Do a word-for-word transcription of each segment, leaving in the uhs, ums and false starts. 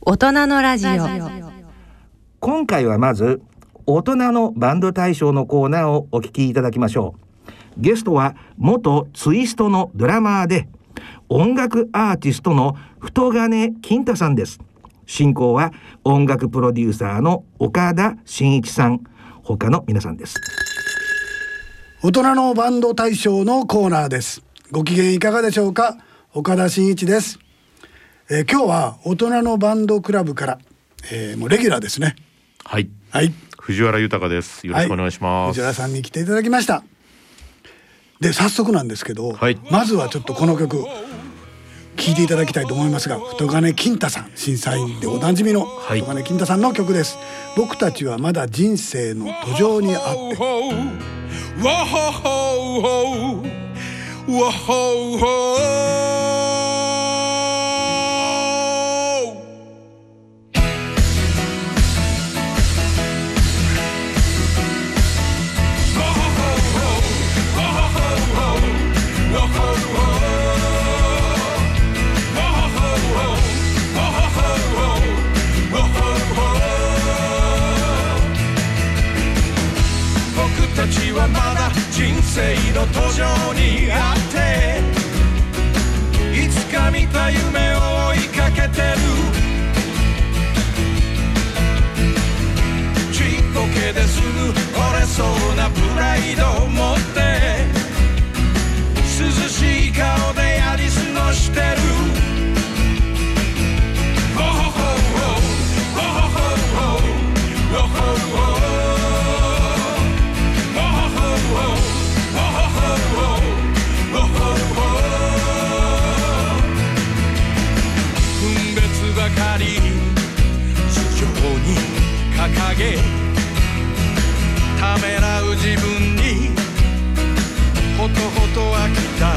大人のラジオ。 今回はまず大人のバンド大賞のコーナーをお聞きいただきましょう。ゲストは元ツイストのドラマーで音楽アーティストの太金金太さんです。進行は音楽プロデューサーの岡田真一さん、他の皆さんです。 大人のバンド大賞のコーナーです。ご機嫌いかがでしょうか。岡田真一です。えー、今日は大人のバンドクラブから、えー、もうレギュラーですね。 はい、 はい、 藤原豊です。よろしくお願いします。 はい、藤原さんに来ていただきました。で早速なんですけど、 はい、 まずはちょっとこの曲聴いていただきたいと思いますが、太金金太さん、審査員でおなじみの太金金太さんの曲です。僕たちはまだ人生の途上にあって。 僕たちはまだ人生の途上にあって、いつか見た夢を追いかけてる。ちっぽけですぐ折れそうなプライドを持って、涼しい顔でやり過ごしてる。ほほほほほほほほほほばかり地上に掲げ、ためらう自分にほとほと飽きた。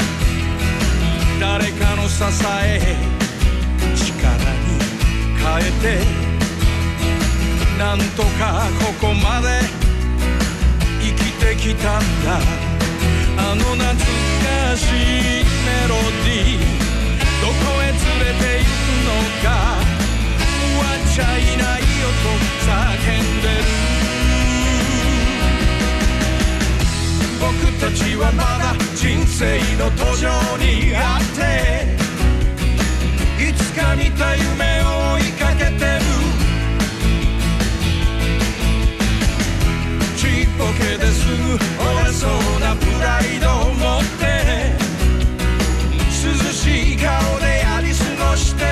誰かの支え力に変えて、なんとかここまで生きてきたんだ。あの懐かしいメロディー、どこへ連れて行くのか、終わっちゃいないよと叫んでる。僕たちはまだ人生の途上にあって、いつか見た夢を追いかけてる。ちっぽけですぐ折れそうなプライドを持って、涼しい顔でやり過ごしてる。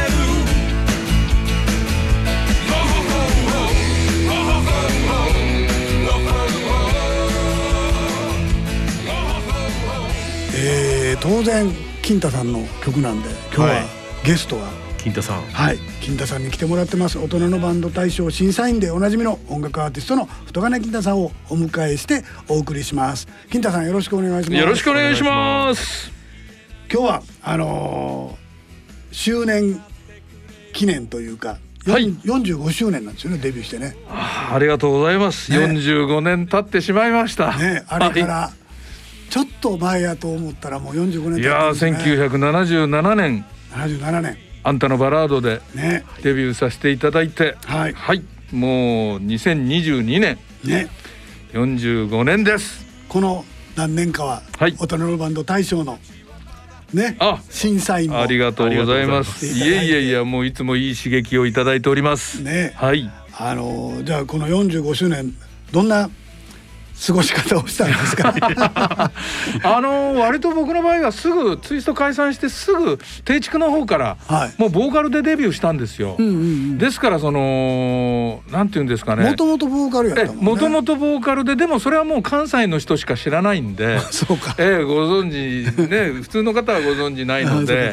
えー、当然金太さんの曲なんで、今日は、はい、ゲストは金太さん、 はい、金太さんに来てもらってます。大人のバンド大賞審査員でおなじみの音楽アーティストの太金金太さんをお迎えしてお送りします。金太さん、よろしくお願いします。 よろしくお願いします。 今日はあのー、周年記念というか、 はい、 よんじゅうごしゅうねんなんですよね、デビューしてね。 あ, ありがとうございます、ね、よんじゅうごねん経ってしまいました、 ね、あれからちょっと前やと思ったらもうよんじゅうごねん経ってますね。いやー、せんきゅうひゃくななじゅうななねんななじゅうななねんあんたのバラードでデビューさせていただいて、 はい、 はい、もうにせんにじゅうにねん、ね、よんじゅうごねんです。 この何年かは、はい、大人のバンド大賞のね、あ、審査員もありがとうございます。いえいえいや、もういつもいい刺激をいただいておりますね。 はい、 あのじゃあこのよんじゅうごしゅうねん、どんな過ごし方をしたんですか。 あの割と僕の場合はすぐツイスト解散してすぐ定築の方から、はい、もうボーカルでデビューしたんですよ、うんうんうん、ですからそのなんていうんですかね、 もともとボーカルやったもんね。 もともとボーカルで、でもそれはもう関西の人しか知らないんでそうか、 えー、ご存知ね普通の方はご存知ないのではい、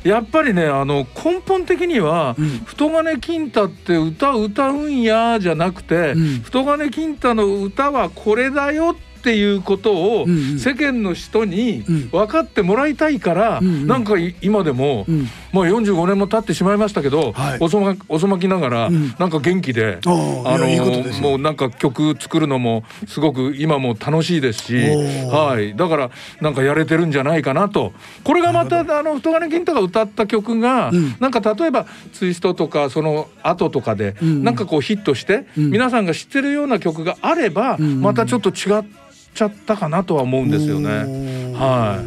やっぱりね、あの根本的には、うん、太金金太って歌歌うんやじゃなくて、うん、太金金太の歌はこれこれだよっていうことを世間の人に分かってもらいたいから、うんうん、なんか今でも、うん、 もうよんじゅうごねんも経ってしまいましたけど、はい、遅ま遅まきながら、うん、なんか元気で、あのいいことですよ。もうなんか曲作るのもすごく今も楽しいですし、はい、だからなんかやれてるんじゃないかなと。これがまたあの太金金太が歌った曲が、うん、なんか例えばツイストとかその後とかで、うん、なんかこうヒットして、うん、皆さんが知ってるような曲があれば、うん、またちょっと違っちゃったかなとは思うんですよね。はい。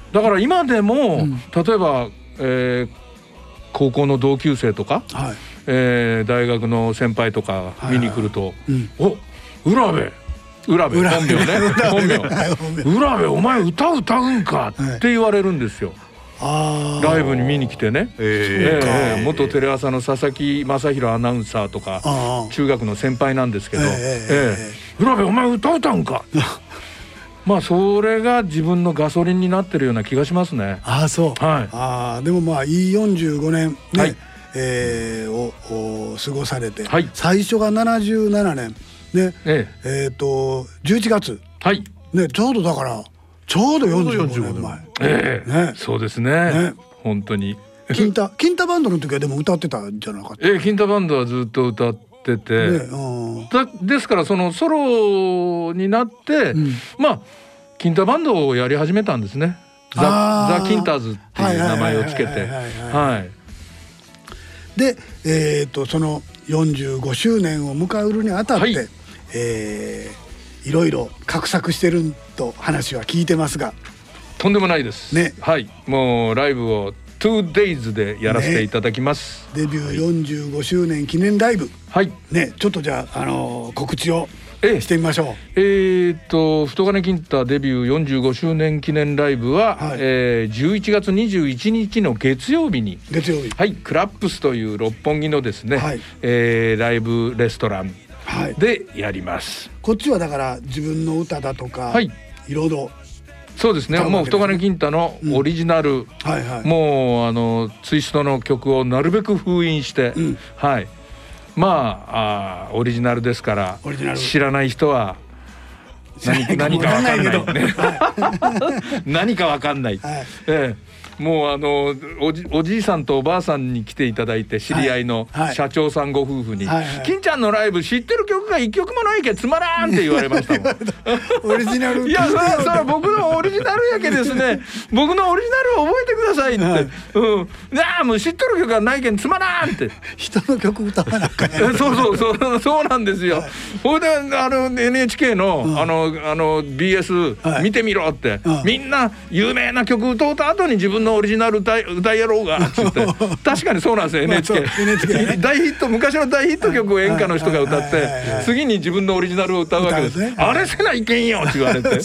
だから今でも、うん、例えば、えー、高校の同級生とか、はい、えー、大学の先輩とか見に来ると、はいはい、うん、お、浦部浦部本名ね本名浦部お前歌歌うんかって言われるんですよ。あライブに見に来てね、えーえー、元テレ朝の佐々木正宏アナウンサーとか中学の先輩なんですけど、えーえー、浦部お前歌歌うんかまあそれが自分のガソリンになってるような気がしますね。 ああそう、 はい、 あでもまあいいよんじゅうごねんね、はい、えー、を過ごされて、はい、最初がななじゅうななねんね、えええー、とじゅういちがつ、はい、ね、ちょうどだからちょうどよんじゅうごねんまえ、 ええね、そうですね、ね、本当に金太金太バンドの時はでも歌ってたんじゃなかった？ ええ、金太バンドはずっと歌ってて、ね、だですからそのソロになって、うん、まあ金太バンドをやり始めたんですね。ザ・ザ・キンターズっていう名前をつけて、はい。 で、えー、とそのよんじゅうごしゅうねんを迎えるにあたって、はい、えー、いろいろ画策してると話は聞いてますが、 とんでもないです、ね、はい、もうライブをツーデイズでやらせていただきます、 ね、デビューよんじゅうごしゅうねん記念ライブ、 はいね、ちょっとじゃあ、あのー、告知をしてみましょう。えー、っと太金金太デビューよんじゅうごしゅうねん記念ライブは、はい、えー、じゅういちがつにじゅういちにちの月曜日に月曜日、 はい、クラップスという六本木のですね、はい、えー、ライブレストランでやります、はい、 こっちはだから自分の歌だとか、はい、いろいろそうですね、もう太金金太のオリジナル、うん、はいはい、もうあのツイストの曲をなるべく封印して、うん、はい、まあ、あオリジナルですから知らない人は何, 何か分かんないね何か分かんない、はい、ええ、もうあの お, じおじいさんとおばあさんに来ていただいて知り合いの社長さんご夫婦に、はいはいはい、金ちゃんのライブ知ってる曲が一曲もないけつまらんって言われましたもんオリジナルいやそれはそれは僕のオリジナルやけですね僕のオリジナルを覚えてくださいって、はい、うん、ああもう知ってる曲がないけんつまらんって人の曲歌わなきゃそうそうそうそうなんですよ、はい、ほいであの エヌエイチケー の、うん、あのあの ビーエス 見てみろって、はい、みんな有名な曲歌うた後に自分のオリジナル 歌, 歌いやろうがっつって確かにそうなんですよ エヌエイチケー、まあ、エヌエイチケーね、大ヒット昔の大ヒット曲を演歌の人が歌って次に自分のオリジナルを歌うわけです、ね、あれせないけんよって言われて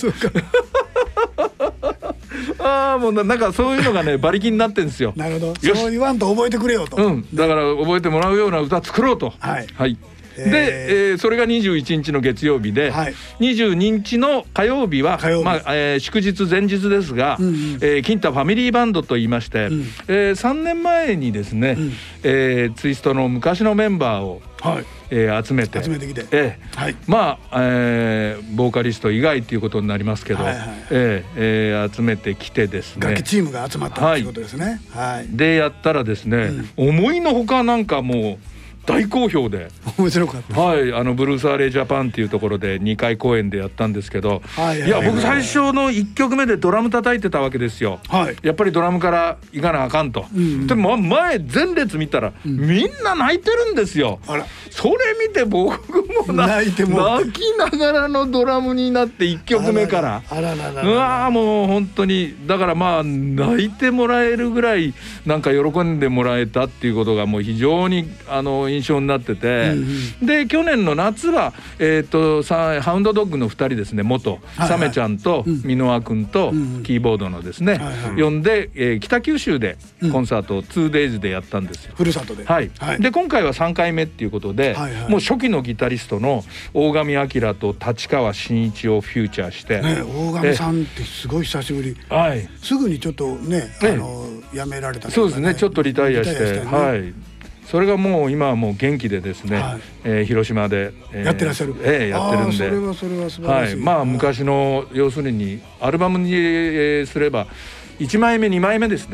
ああもうなんかそういうのがね馬力になってるんですよ。 なるほど、そう言わんと覚えてくれよと、 うん、だから覚えてもらうような歌作ろうと、はい、はい、で、えー、それがにじゅういちにちの月曜日で、はい、にじゅうににちの火曜日は日、まあえー、祝日前日ですが、うんうん、えー、金太ファミリーバンドといいまして、うん、えー、さんねんまえにですね、うん、えー、ツイストの昔のメンバーを、はい、えー、集めて集めてきて、 えーはい、まあ、えー、ボーカリスト以外ということになりますけど、はいはい、えーえー、集めてきてですね、 楽器チームが集まったということですね、はいはい、 でやったらですね、うん、思いのほかなんかもう大好評で面白かった、 はい、あのブルースアレイジャパンっていうところでにかい公演でやったんですけど、はいはいはい、いや僕最初のいっきょくめでドラム叩いてたわけですよ、はい、やっぱりドラムから行かなあかんと、うんうん、でも前前列見たら、うん、みんな泣いてるんですよ。あら、それ見て僕も泣いても泣きながらのドラムになっていっきょくめからあららららら、 うわもう本当にだからまあ泣いてもらえるぐらいなんか喜んでもらえたっていうことがもう非常にあの印象になってて、うんうん、で去年の夏は、えー、とさハウンドドッグのふたりですね、元、はいはい、サメちゃんと箕輪くんとキーボードのですね、はいはい、呼んで、えー、北九州でコンサートを ツーデイズ でやったんですよ、 ふるさとで、 はいはい、で今回はさんかいめっていうことで、はいはい、もう初期のギタリストの大神明と立川真一をフューチャーして、ね、 大神さんってすごい久しぶり、 はい、 すぐにちょっとね、あの辞められた、ね、 そうですね、ちょっとリタイアして、ね、はい、それがもう今はもう元気でですね、はい、えー、広島で、えー、 やってらっしゃる、 えー、やってるんで、 それはそれは素晴らしい、 はい、まあ昔の要するにアルバムにすればいちまいめにまいめですね、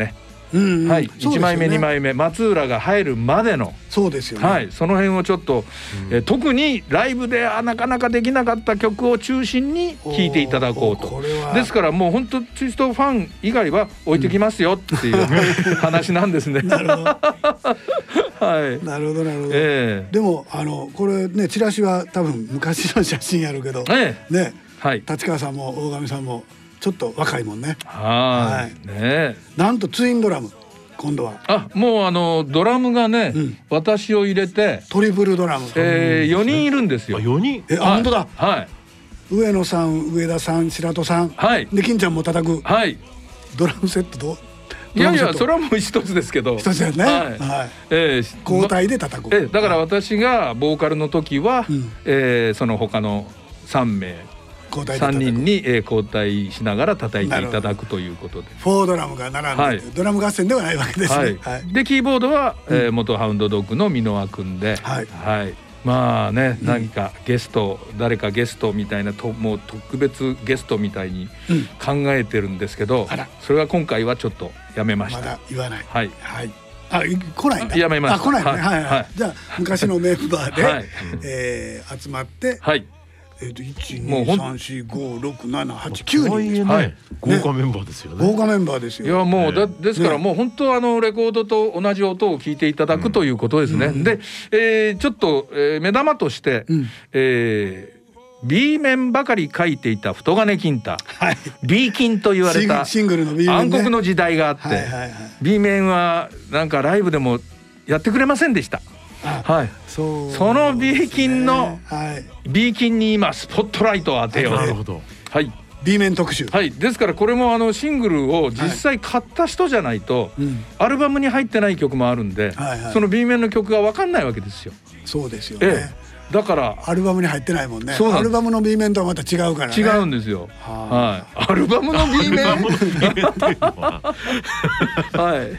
うんうん、 はい、いちまいめ、ね、にまいめ松浦が入るまでのそうですよね、 はい、その辺をちょっと、うんえー、特にライブでなかなかできなかった曲を中心に聴いていただこうと。ですからもう本当ツイストファン以外は置いてきますよっていう、うん、話なんですね。 なるほどはい、 なるほどなるほど、 えー、 でもあのこれねチラシは多分昔の写真やるけど、 えー、 ね、はい、立川さんも大上さんもちょっと若いもんね。 はい、ね、 なんとツインドラム今度はあもうあのドラムがね、うん、私を入れてトリプルドラム、 えー、よにんいるんですよ。 よにんえあ、はい、本当だ、 はい、 上野さん上田さん白戸さん、はい、で金ちゃんも叩く、はい、ドラムセットどういやいやそれはもう一つですけど一つですね、はいはいえー、交代で叩く、 えー、だから私がボーカルの時は、うんえー、その他のさんめいさんにんに交代しながら叩いていただくということでフォードラムが並んで、はい、ドラム合戦ではないわけですね、はいはい、でキーボードは、うんえー、元ハウンドドッグの箕輪くんで、はいはい、まあね、うん、何かゲスト誰かゲストみたいなともう特別ゲストみたいに考えてるんですけど、うん、それは今回はちょっとやめました。 まだ言わない、 はいはいあ来ないんだやめました。 あ来ないね、はいはいはい、 じゃあ昔のメンバーで、はいえー、集まってはいえー、といちにさんしごろくななはちきゅうにんです、 はい、豪華メンバーですよね。 豪華メンバーですよ。 いやもうだですからもう本当あのレコードと同じ音を聞いていただくということですね。うん、で、えー、ちょっと、えー、目玉として、うんえー、B 面ばかり書いていた太金金太、はい、B 金と言われたシングルの B 面、ね、 暗黒の時代があって、はいはいはい、B 面はなんかライブでもやってくれませんでした。はい、そう、ね、その B 金の、はい、B 金に今スポットライトを当てよう。 なるほど、 はい、 B 面特集、 はい、ですからこれもあのシングルを実際買った人じゃないと、はいうん、アルバムに入ってない曲もあるんで、はいはい、その B 面の曲が分かんないわけですよ。 そうですよね、 ええ、だからアルバムに入ってないもんね。アルバムの B 面とはまた違うからね。 違うんですよ。は、はい、アルバムの B 面はい、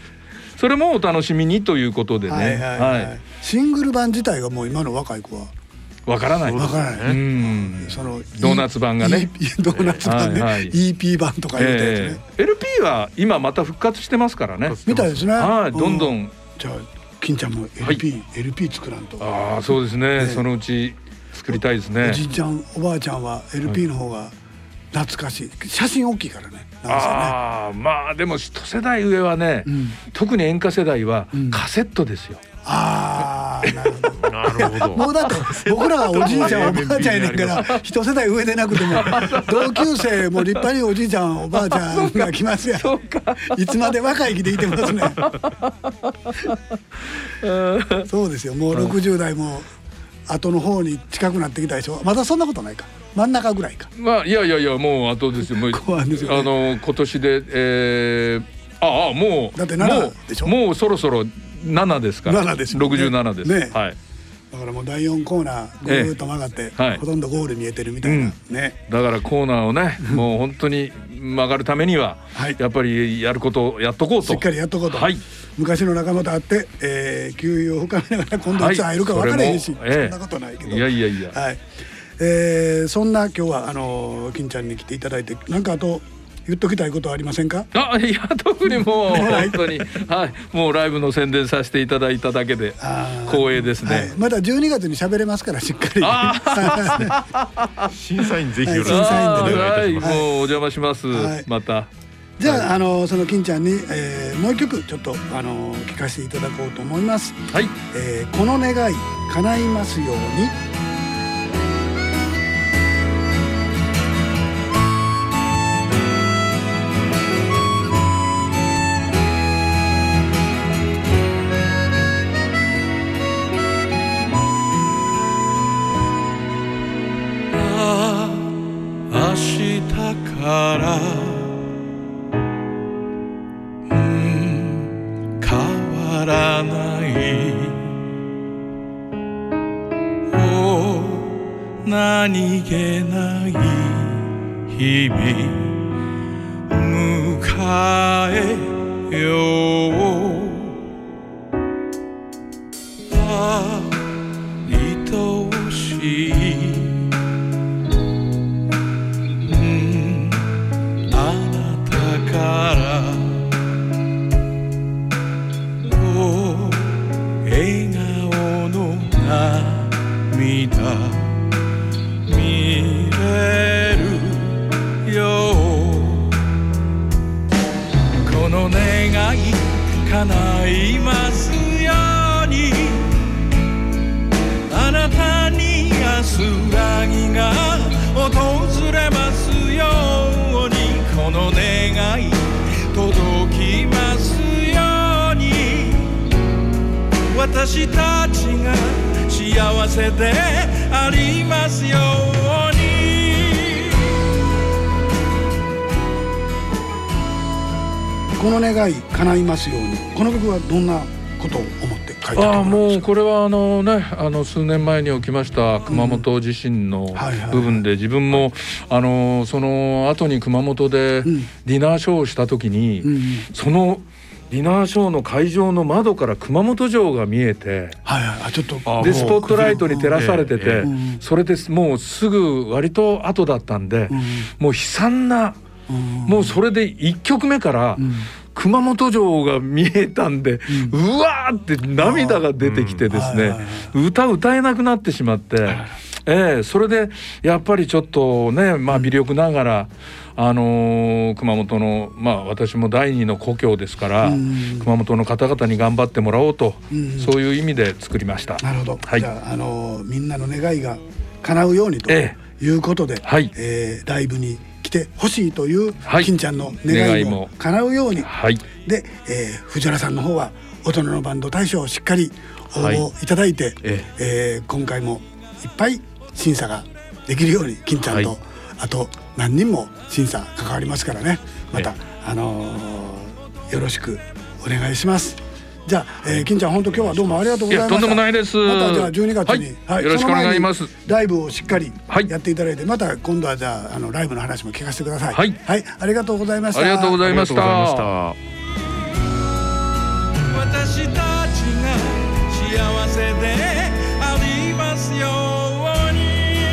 それもお楽しみにということでね、はいはいはいはい、 シングル版自体がもう今の若い子はわからない。 わからない。うん、 そのドーナツ版がね、 ドーナツ版ね、はいはい、イーピー 版とかいうやつね、 えー、エルピー は今また復活してますからね。 みたいですね。 はい、どんどん。 じゃあ金ちゃんも エルピー、はい、エルピー 作らんと。 ああそうですね、ね、そのうち作りたいですね。 おじいちゃんおばあちゃんは エルピー の方が懐かしい。写真大きいからね。 ああまあでも一世代上はね、うん、特に演歌世代はカセットですよ。うん、 ああなるほどなるほど。もうだって僕らはおじいちゃんおばあちゃんやねんから一世代上でなくても同級生も立派におじいちゃんおばあちゃんが来ますやん。いつまで若い気でいてますね。そうですよ。もうろくじゅう代も後の方に近くなってきたでしょ。まだそんなことないか。真ん中ぐらいか。 まあいやいやいやもう後ですよ。もうですよ、ね、あの今年で、えー、ああもうだってななでしょ。 もうそろそろななですから。 ななですよね。 ろくじゅうななです。ね、はい。 だからもうだいよんコーナーぐーっと曲がって、ええはい、ほとんどゴール見えてるみたいな、うん、ね。 だからコーナーをねもう本当に曲がるためには、はい、やっぱりやることをやっとこうと。 しっかりやっとこうと。はい。昔の仲間と会って、えー、給油を深めながら今度いつ会えるか分からへんし、はい、そ, ええ、そんなことないけど。 いやいやいや。 はい。えー、そんな今日はあの金ちゃんに来ていただいてなんかあと言っときたいことはありませんか。 あいや特にもう本当に、はい、もうライブの宣伝させていただいただけで光栄ですね、はい、 まだじゅうにがつに喋れますからしっかり審査員ぜひよろしくお願いいたします。 はい、もうお邪魔します、はい、またじゃあ、はい、あのその金ちゃんに、えー、もう一曲ちょっとあの聞かせていただこうと思います、 はいえー、この願い叶いますように。 明日からうん変わらないお何気ない日々迎えようあ愛しい涙見れるよ。この願い叶いますように、あなたに安らぎが訪れますように、この願い届きますように、私たちが幸せでありますように。 この願い叶いますように、この曲はどんなことを思って書いた曲なんですか？ ああ、もうこれはあのね、あの数年前に起きました熊本地震の部分で、自分もあのその後に熊本でディナーショーをした時に、うん、そのディナーショーの会場の窓から熊本城が見えて、 はいはい、ちょっとでスポットライトに照らされてて、ええ、それでもうすぐ割と後だったんで、うん、もう悲惨な、うん、もうそれでいっきょくめから、うん、熊本城が見えたんで、うん、うわーって涙が出てきてですね、うん、歌歌えなくなってしまって、ええ、それでやっぱりちょっとね、まあ微力ながら、うん、あのー、熊本の、まあ私も第二の故郷ですから、うん、熊本の方々に頑張ってもらおうと、うん、そういう意味で作りました。 なるほど、はい、じゃあ、あのー、みんなの願いが叶うようにということで、ええ、はい、えー、ライブに来てほしいという、はい、金ちゃんの願いも叶うように、はい、で、えー、藤原さんの方は大人のバンド大賞をしっかり応募いただいて、はい、ええー、今回もいっぱい審査ができるように金ちゃんと、はい、あと何人も審査関わりますからね、また、あのー、よろしくお願いします。じゃあ、えー、金ちゃん本当今日はどうもありがとうございました。 いやとんでもないです。 またじゃあじゅうにがつに、 はいはい、よろしくお願いします。 ライブをしっかりやっていただいて、はい、また今度はじゃあ、あのライブの話も聞かせてください。はい、はい、ありがとうございました。 ありがとうございました。 私たちが幸せでありますように。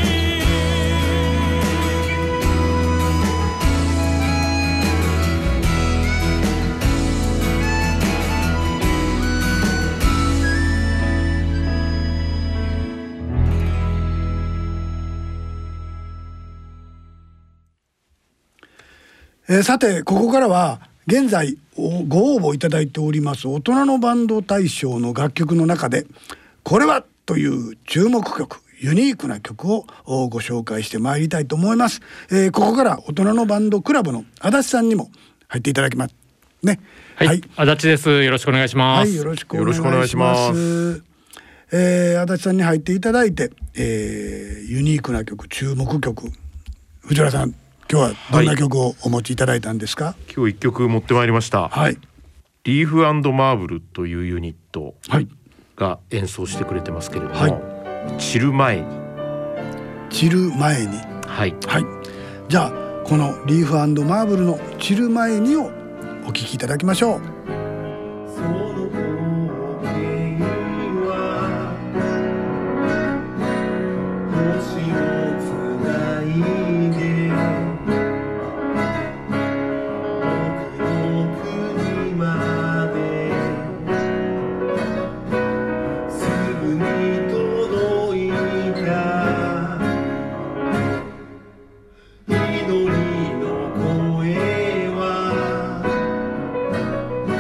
えー、さてここからは現在ご応募いただいております大人のバンド大賞の楽曲の中でこれはという注目曲、ユニークな曲をご紹介してまいりたいと思います。えー、ここから大人のバンドクラブの足立さんにも入っていただきますね。 はい、はい、足立です。よろしくお願いします。 はい、よろしくお願いします。えー、足立さんに入っていただいて、えー、ユニークな曲、注目曲、藤原さん今日はどんな曲をお持ちいただいたんですか？はい、 今日一曲持ってまいりました。 はい、 リーフ&マーブルというユニットが演奏してくれてますけれども、はい、散る前に散る前にはい、 はい、じゃあこのリーフ&マーブルの散る前にをお聴きいただきましょう。 祈りの声は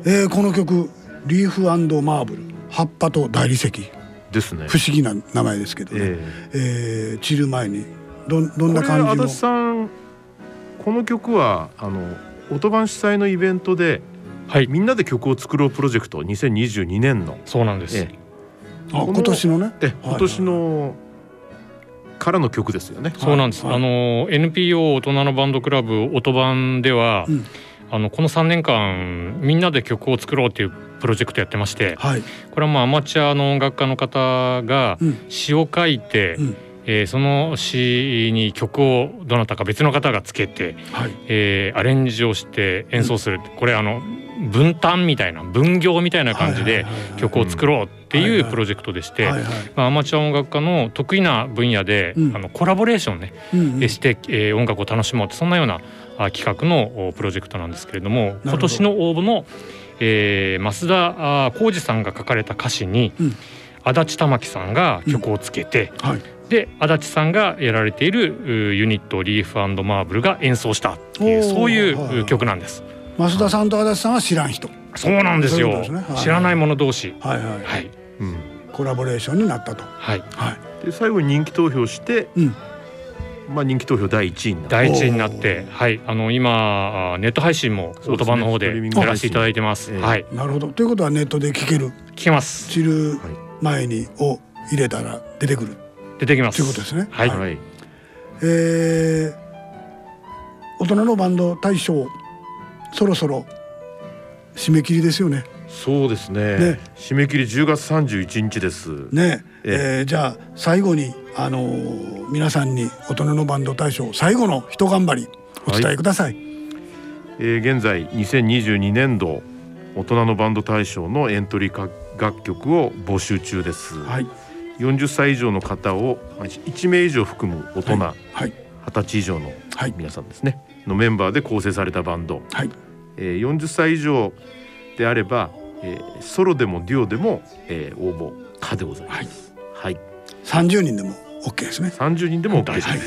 えー、この曲リーフ&マーブル、葉っぱと大理石ですね。 不思議な名前ですけどね、えーえー、散る前に ど, どんな感じの。 足立さん、この曲はあの音版主催のイベントで、はい、みんなで曲を作ろうプロジェクトにせんにじゅうにねんの。 そうなんです、えー、あ今年のね、 え今年のからの曲ですよね。 そうなんです、はい、あの エヌピーオー 大人のバンドクラブ音版では、うん、あのこのさんねんかんみんなで曲を作ろうっていうプロジェクトやってまして、はい、これはまあアマチュアの音楽家の方が詩を書いて、うんえー、その詩に曲をどなたか別の方がつけて、はいえー、アレンジをして演奏する、うん、これあの分担みたいな分業みたいな感じで曲を作ろうっていうプロジェクトでして、アマチュア音楽家の得意な分野で、うん、あのコラボレーションね、うんうん、して、えー、音楽を楽しもうってそんなような企画のプロジェクトなんですけれども、今年の応募の、えー、増田浩二さんが書かれた歌詞に、うん、足立玉樹さんが曲をつけて、うんはいで足立さんがやられているユニットリーフ&マーブルが演奏したっていうそういう曲なんです。 増田さんと足立さんは知らん人。 そうなんですよ。ううですね、はいはい、知らない者同士、 はいはいはいうん、コラボレーションになったと。 はいはい、で最後に人気投票して、うんまあ、人気投票だいいちいになってだいいちいになって、はい、あの今ネット配信も音版の方でやらせていただいてます。はい、 なるほど。ということはネットで聴ける。 聴けます。 知る前にを入れたら出てくる。 出てきます。 ということですね。 はい。はい、 えー、大人のバンド大賞そろそろ締め切りですよね。 そうです ね, ね締め切りじゅうがつさんじゅういちにちですね。ええー、じゃあ最後に、あのー、皆さんに大人のバンド大賞最後の一頑張りお伝えください。はいえー、現在にせんにじゅうにねんど大人のバンド大賞のエントリー楽曲を募集中です。はいよんじゅっさい以上の方をいちめい以上含む大人、はいはい、はたち以上の皆さんですね、はい、のメンバーで構成されたバンド、はいえー、よんじゅっさい以上であれば、えー、ソロでもデュオでも、えー、応募可でございます、はいはい、 さんじゅうにんでも OK ですね。 さんじゅうにんでも OK です、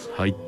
はいはい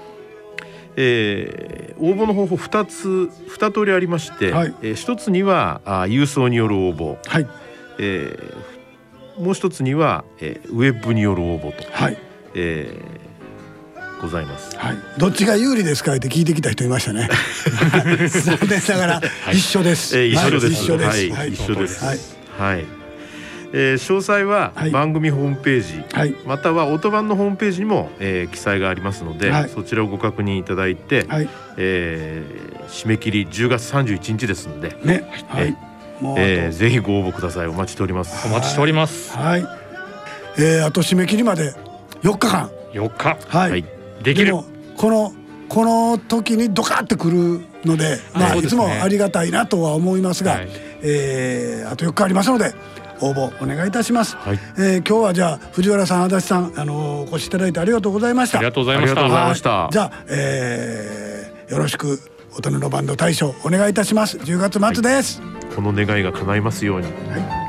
えー、応募の方法ふたつに通りありまして、はいえー、ひとつにはあ郵送による応募、はいえーもう一つには、えー、ウェブによる応募と、はいえー、ございます、 はい、どっちが有利ですかって聞いてきた人いましたね。残念ながら一緒です、 はいえー、一緒です、 はい、一緒です、 はいはい、一緒です、はいはいえー、詳細は番組ホームページ、はい、または音版のホームページにも、えー、記載がありますので、はい、そちらをご確認いただいて、はいえー、締め切りじゅうがつさんじゅういちにちですので、ねはいえーえー、ぜひご応募ください。お待ちしております。 お待ちしております。 はい、えー、あと締め切りまでよっかかん。 よっかはい、はい、 できる。でもこのこの時にドカってくるので、まあ、いつもありがたいなとは思いますが、はいえー、あとよっかありますので応募お願いいたします、はいえー、今日はじゃあ藤原さん足立さん、あのー、お越しいただいてありがとうございました。 ありがとうございました。 じゃあ、えー、よろしく大人のバンド大賞お願いいたします。じゅうがつ末です。 はい、この願いが叶いますように。 はい